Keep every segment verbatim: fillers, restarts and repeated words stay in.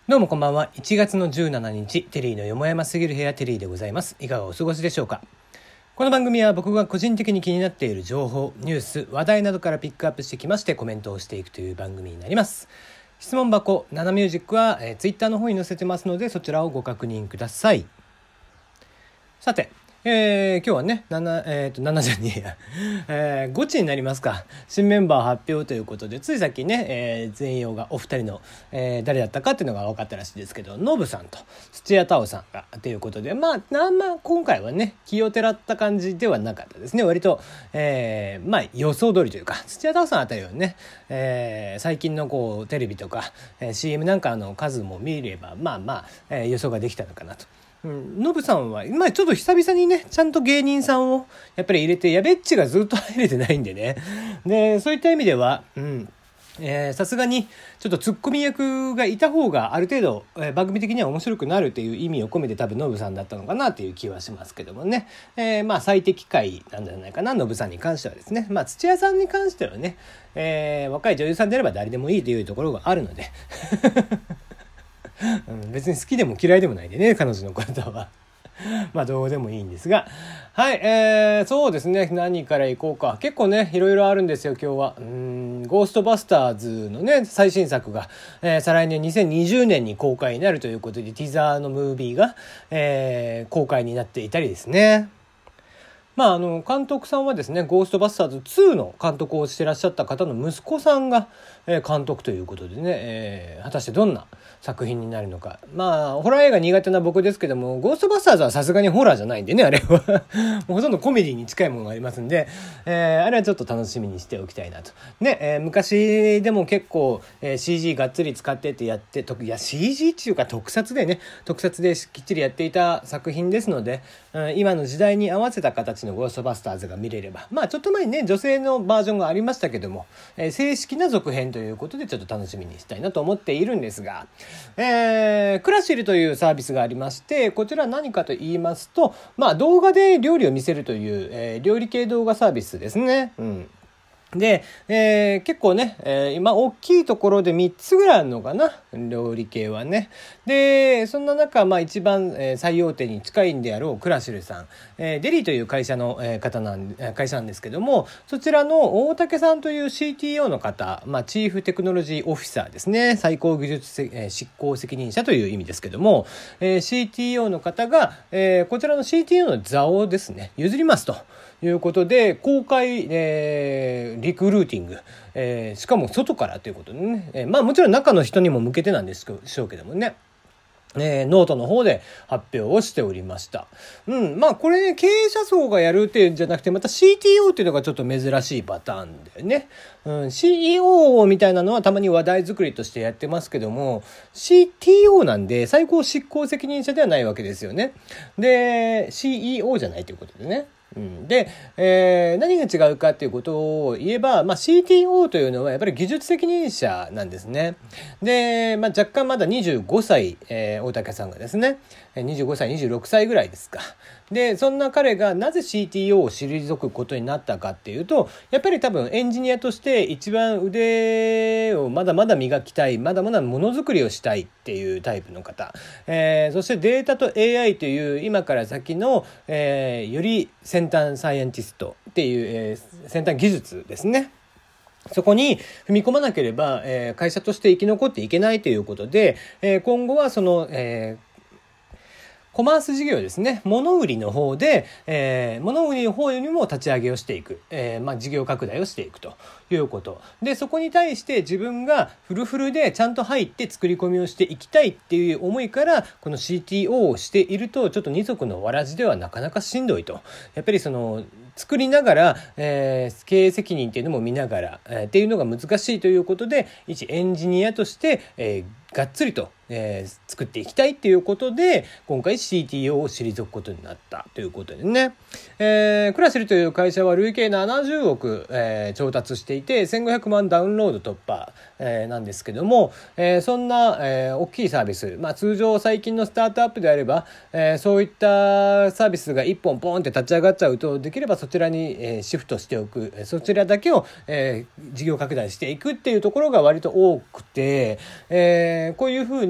どうもこんばんは。いちがつのじゅうしちにち、テリーのよもやますぎる部屋テリーでございます。いかがお過ごしでしょうか。この番組は僕が個人的に気になっている情報、ニュース、話題などからピックアップしてきましてコメントをしていくという番組になります。質問箱ナナミュージックは、えー、ツイッターの方に載せてますので、そちらをご確認ください。さて、えー、今日はね、7、えーと、ななじゃねえや、えー、ごちになりますか。新メンバー発表ということで、ついさっきね、えー、全容がお二人の、えー、誰だったかっていうのが分かったらしいですけど、ノブさんと土屋太鳳さんがということで、まあ、あんま今回はね、気をてらった感じではなかったですね。割と、えー、まあ予想通りというか、土屋太鳳さんあたりはね、えー、最近のこうテレビとか、えー、シーエム なんかの数も見れば、まあまあ、えー、予想ができたのかなと。うん、ノブさんは今ちょっと久々にねちゃんと芸人さんをやっぱり入れて、やべっちがずっと入れてないんでね。でそういった意味ではさすがにちょっとツッコミ役がいた方がある程度、えー、番組的には面白くなるっていう意味を込めて多分ノブさんだったのかなっていう気はしますけどもね、えー、まあ最適解なんじゃないかな、ノブさんに関してはですね。まあ土屋さんに関してはね、えー、若い女優さんであれば誰でもいいというところがあるのでうん、別に好きでも嫌いでもないんでね、彼女の方はまあどうでもいいんですが、はい、えー、そうですね、何からいこうか。結構ねいろいろあるんですよ今日は。うーんゴーストバスターズのね最新作が、えー、再来年にせんにじゅうねんに公開になるということで、ティザーのムービーが、えー、公開になっていたりですね。まあ、あの監督さんはですね、ゴーストバスターズツーの監督をしてらっしゃった方の息子さんが監督ということでね、えー、果たしてどんな作品になるのか。まあホラー映画苦手な僕ですけども、ゴーストバスターズはさすがにホラーじゃないんでね、あれはもうほとんどコメディに近いものがありますんで、えー、あれはちょっと楽しみにしておきたいなとね。えー、昔でも結構、えー、シージー がっつり使ってってやってといや シージー っていうか特撮でね特撮できっちりやっていた作品ですので、うん、今の時代に合わせた形のゴーストバスターズが見れれば、まあちょっと前にね女性のバージョンがありましたけども、えー、正式な続編ということでちょっと楽しみにしたいなと思っているんですが、えー、クラシルというサービスがありまして、こちら何かと言いますと、まあ動画で料理を見せるという、えー、料理系動画サービスですね。うんで、えー、結構ね、えー、今大きいところでみっつぐらいあるのかな、料理系はね。でそんな中、まあ、一番、えー、最大手に近いんであろうクラシルさん、えー、デリーという会社の、えー、方なん会社なんですけども、そちらの大竹さんという シーティーオー の方、まあ、チーフテクノロジーオフィサーですね、最高技術、えー、執行責任者という意味ですけども、えー、シーティーオー の方が、えー、こちらの シーティーオー の座をですね譲りますということで公開、えー、リクルーティング、えー、しかも外からということでね、えー、まあもちろん中の人にも向けてなんでしょうけどもね、えー、ノートの方で発表をしておりました。うん、まあこれね、経営者層がやるっていうんじゃなくて、また シーティーオー っていうのがちょっと珍しいパターンだよね。うん、シーイーオー みたいなのはたまに話題作りとしてやってますけども、シーティーオー なんで最高執行責任者ではないわけですよね。で シーイーオー じゃないということでね。うん、で、えー、何が違うかっていうことを言えば、まあ、シーティーオー というのはやっぱり技術責任者なんですね。で、まあ、若干まだにじゅうごさい、えー、大竹さんがですねにじゅうごさいにじゅうろくさいぐらいですか。でそんな彼がなぜ シーティーオー を退くことになったかっていうと、やっぱり多分エンジニアとして一番腕をまだまだ磨きたい、まだまだものづくりをしたいっていうタイプの方、えー、そしてデータと エーアイ という今から先の、えー、より先端サイエンティストっていう、えー、先端技術ですね、そこに踏み込まなければ、えー、会社として生き残っていけないということで、えー、今後はその、えーコマース事業ですね、物売りの方で、えー、物売りの方にも立ち上げをしていく、えーまあ、事業拡大をしていくということで、そこに対して自分がフルフルでちゃんと入って作り込みをしていきたいっていう思いからこの シーティーオー をしていると、ちょっと二足のわらじではなかなかしんどいと。やっぱりその作りながら、えー、経営責任っていうのも見ながら、えー、っていうのが難しいということで、一エンジニアとして、えー、がっつりとえー、作っていきたいっていうことで今回 シーティーオー を退くことになったということでね、えー、クラシルという会社は累計ななじゅうおく、えー、調達していてせんごひゃくまんダウンロード突破、えー、なんですけども、えー、そんな、えー、大きいサービス、まあ、通常最近のスタートアップであれば、えー、そういったサービスが一本ポンって立ち上がっちゃうと、できればそちらに、えー、シフトしておく、そちらだけを、えー、事業拡大していくっていうところが割と多くて、えー、こういうふうに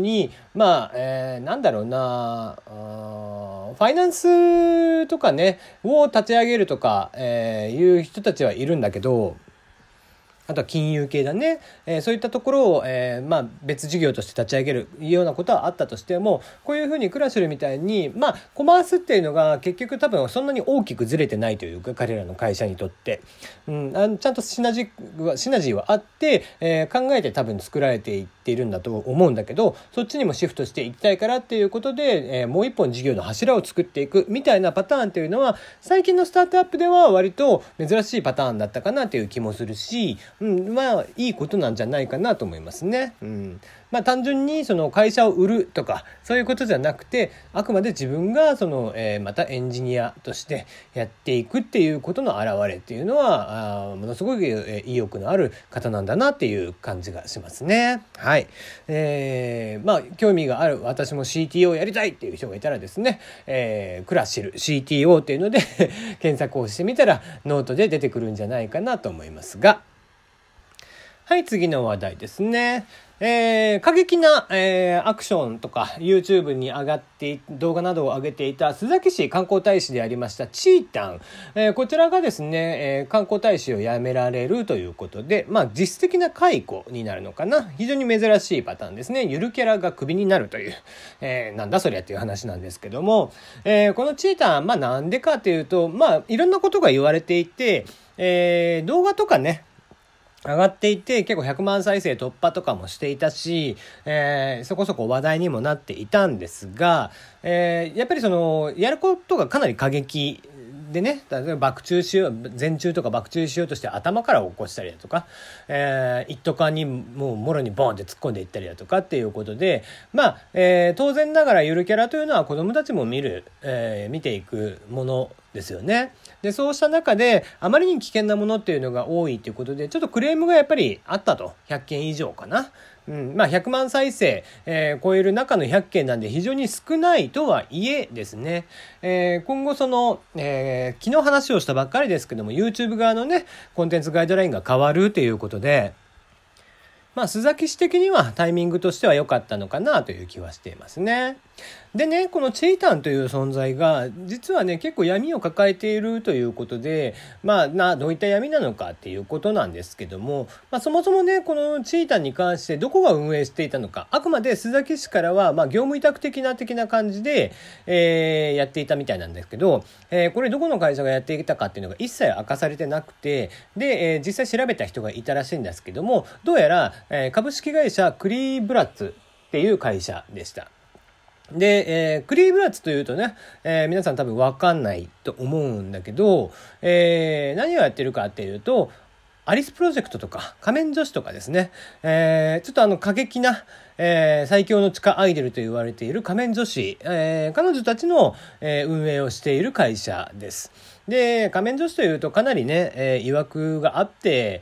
にまあ、えー、なんだろうなあファイナンスとかねを立ち上げるとか、えー、いう人たちはいるんだけど、あとは金融系だね、えー、そういったところを、えーまあ、別事業として立ち上げるようなことはあったとしても、こういうふうにクラシルみたいに、まあ、コマースっていうのが結局多分そんなに大きくずれてないというか、彼らの会社にとって、うん、あちゃんとシナジーはシナジーはあって、えー、考えて多分作られていっているんだと思うんだけど、そっちにもシフトしていきたいからっていうことで、えー、もう一本事業の柱を作っていくみたいなパターンっていうのは最近のスタートアップでは割と珍しいパターンだったかなという気もするし、うん、まあいいことなんじゃないかなと思いますね。うん、まあ単純にその会社を売るとかそういうことじゃなくて、あくまで自分がその、えー、またエンジニアとしてやっていくっていうことの表れっていうのはあものすごく、えー、意欲のある方なんだなっていう感じがしますね。はい、えー、まあ興味がある、私も シーティーオー やりたいっていう人がいたらですね、えー、クラシル シーティーオー っていうので検索をしてみたらノートで出てくるんじゃないかなと思いますが、はい、次の話題ですね。えー、過激な、えー、アクションとか YouTube に上がって動画などを上げていた須崎市観光大使でありましたチータン、えー、こちらがですね、えー、観光大使を辞められるということで、まあ実質的な解雇になるのかな。非常に珍しいパターンですね。ゆるキャラがクビになるという、えー、なんだそりゃっていう話なんですけども、えー、このチータン、まあなんでかというと、まあいろんなことが言われていて、えー、動画とかね上がっていて結構ひゃくまん再生突破とかもしていたし、えー、そこそこ話題にもなっていたんですが、えー、やっぱりそのやることがかなり過激でね、例えば爆中しよう、前中とか爆中しようとして頭から起こしたりだとか、えー、一斗缶にもうもろにボーンって突っ込んでいったりだとかっていうことで、まあ、えー、当然ながらゆるキャラというのは子供たちも見る、えー、見ていくものですよね。で、そうした中であまりに危険なものっていうのが多いということで、ちょっとクレームがやっぱりあったと。ひゃっけん以上かな。うん、まあひゃくまん再生、えー、超える中のひゃっけんなんで非常に少ないとはいえですね、えー、今後その、えー、昨日話をしたばっかりですけども YouTube 側のねコンテンツガイドラインが変わるということで、まあ須崎市的にはタイミングとしては良かったのかなという気はしていますね。でね、このチェイタンという存在が実はね結構闇を抱えているということで、まあなどういった闇なのかっていうことなんですけども、まあ、そもそもねこのチェイタンに関してどこが運営していたのか、あくまで須崎市からはまあ業務委託的な的な感じで、えー、やっていたみたいなんですけど、えー、これどこの会社がやっていたかっていうのが一切明かされてなくて、で、えー、実際調べた人がいたらしいんですけども、どうやら、えー、株式会社クリーブラッツっていう会社でした。で、えー、クリーブラッツというとね、えー、皆さん多分わかんないと思うんだけど、えー、何をやってるかっていうと、アリスプロジェクトとか仮面女子とかですね、えー、ちょっとあの過激な、えー、最強の地下アイドルと言われている仮面女子、えー、彼女たちの、えー、運営をしている会社です。で、仮面女子というとかなりね、えー、曰くがあって、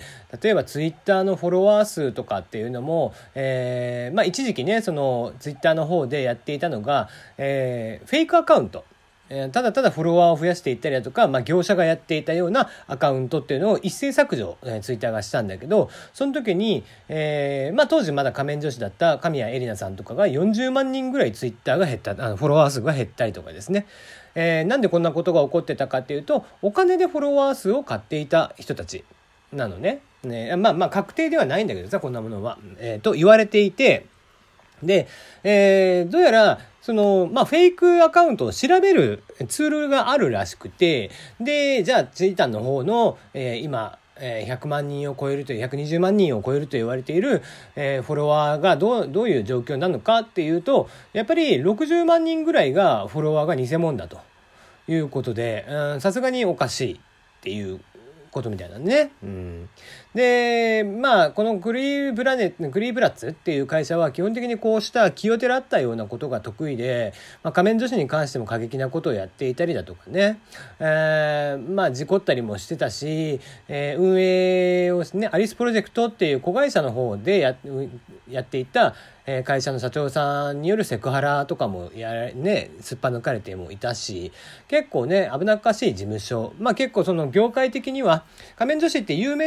例えばツイッターのフォロワー数とかっていうのも、えー、まあ一時期ねそのツイッターの方でやっていたのが、えー、フェイクアカウント、ただただフォロワーを増やしていったりだとか、まあ、業者がやっていたようなアカウントっていうのを一斉削除、えー、ツイッターがしたんだけど、その時に、えーまあ、当時まだ仮面女子だった神谷絵里奈さんとかがよんじゅうまんにんぐらいツイッターが減った、あのフォロワー数が減ったりとかですね、えー、なんでこんなことが起こってたかっていうと、お金でフォロワー数を買っていた人たちなのね。ね、まあまあ確定ではないんだけどさ、こんなものは、えー、と言われていて、で、えー、どうやらそのまあフェイクアカウントを調べるツールがあるらしくて、でじゃあツイッターの方の、えー、今えー、ひゃくまんにんを超えるというひゃくにじゅうまんにんを超えると言われている、えー、フォロワーがどう、どういう状況なのかっていうと、やっぱりろくじゅうまんにんぐらいがフォロワーが偽物だということで、さすがにおかしいっていうことみたいなんね。うん、でまあこのクリーブラネクリーブラッツっていう会社は基本的にこうした気をてらったようなことが得意で、まあ、仮面女子に関しても過激なことをやっていたりだとかね、えー、まあ事故ったりもしてたし、えー、運営をねアリスプロジェクトっていう子会社の方で や, やっていた会社の社長さんによるセクハラとかもやねすっぱ抜かれてもいたし、結構ね危なっかしい事務所、まあ結構その業界的には仮面女子って有名だけどテレ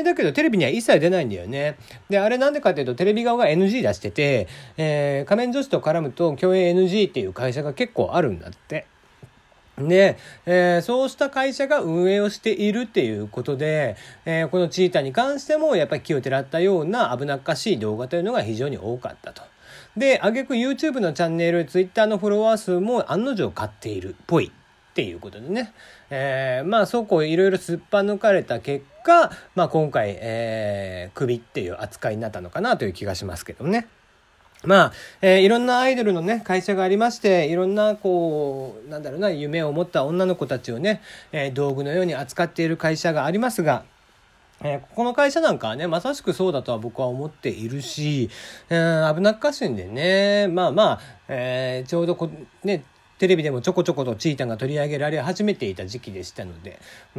ビには一切出ないんだよね。で、あれなんでかっていうと、テレビ側が エヌジー 出してて、えー、仮面女子と絡むと共演 エヌジー っていう会社が結構あるんだって。で、えー、そうした会社が運営をしているっていうことで、えー、このチーターに関してもやっぱり気をてらったような危なっかしい動画というのが非常に多かったと。で、挙句 YouTube のチャンネル、Twitter のフォロワー数も案の定買っているっぽいっていうことでね、えー、まあそうこういろいろすっぱ抜かれた結果、まあ今回、えー、クビっていう扱いになったのかなという気がしますけどね。まあ、えー、いろんなアイドルのね、会社がありまして、いろんな、こう、なんだろうな、夢を持った女の子たちをね、えー、道具のように扱っている会社がありますが、えー、この会社なんかはね、まさしくそうだとは僕は思っているし、えー、危なっかしいんでね、まあまあ、えー、ちょうどこ、ね、テレビでもちょこちょことチータンが取り上げられ始めていた時期でしたので、うん、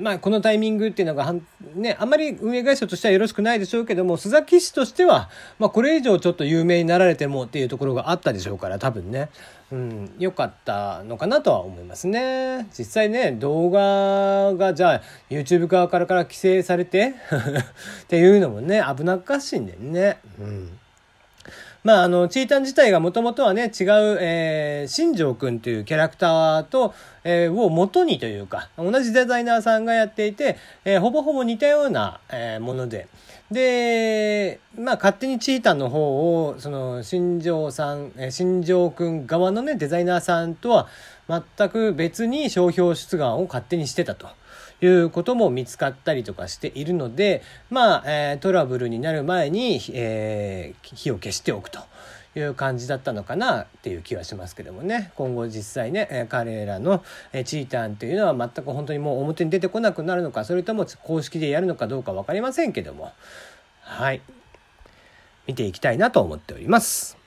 まあこのタイミングっていうのがね、あんまり運営会社としてはよろしくないでしょうけども、須崎氏としては、まあこれ以上ちょっと有名になられてもっていうところがあったでしょうから、多分ね、うん、良かったのかなとは思いますね。実際ね、動画がじゃあ YouTube 側からから規制されてっていうのもね、危なっかしいんだよね。うん。まあ、あの、チータン自体がもともとはね、違う、えー、新庄くんというキャラクターと、えー、を元にというか、同じデザイナーさんがやっていて、えー、ほぼほぼ似たような、えー、もので、で、まあ、勝手にチータンの方を、その、新庄さん、えー、新庄くん側のね、デザイナーさんとは全く別に商標出願を勝手にしてたと。いうことも見つかったりとかしているので、まあ、えー、トラブルになる前に、えー、火を消しておくという感じだったのかなっていう気はしますけどもね。今後実際ね、えー、彼らの、えー、チータンというのは全く本当にもう表に出てこなくなるのか、それとも公式でやるのかどうか分かりませんけども、はい。見ていきたいなと思っております。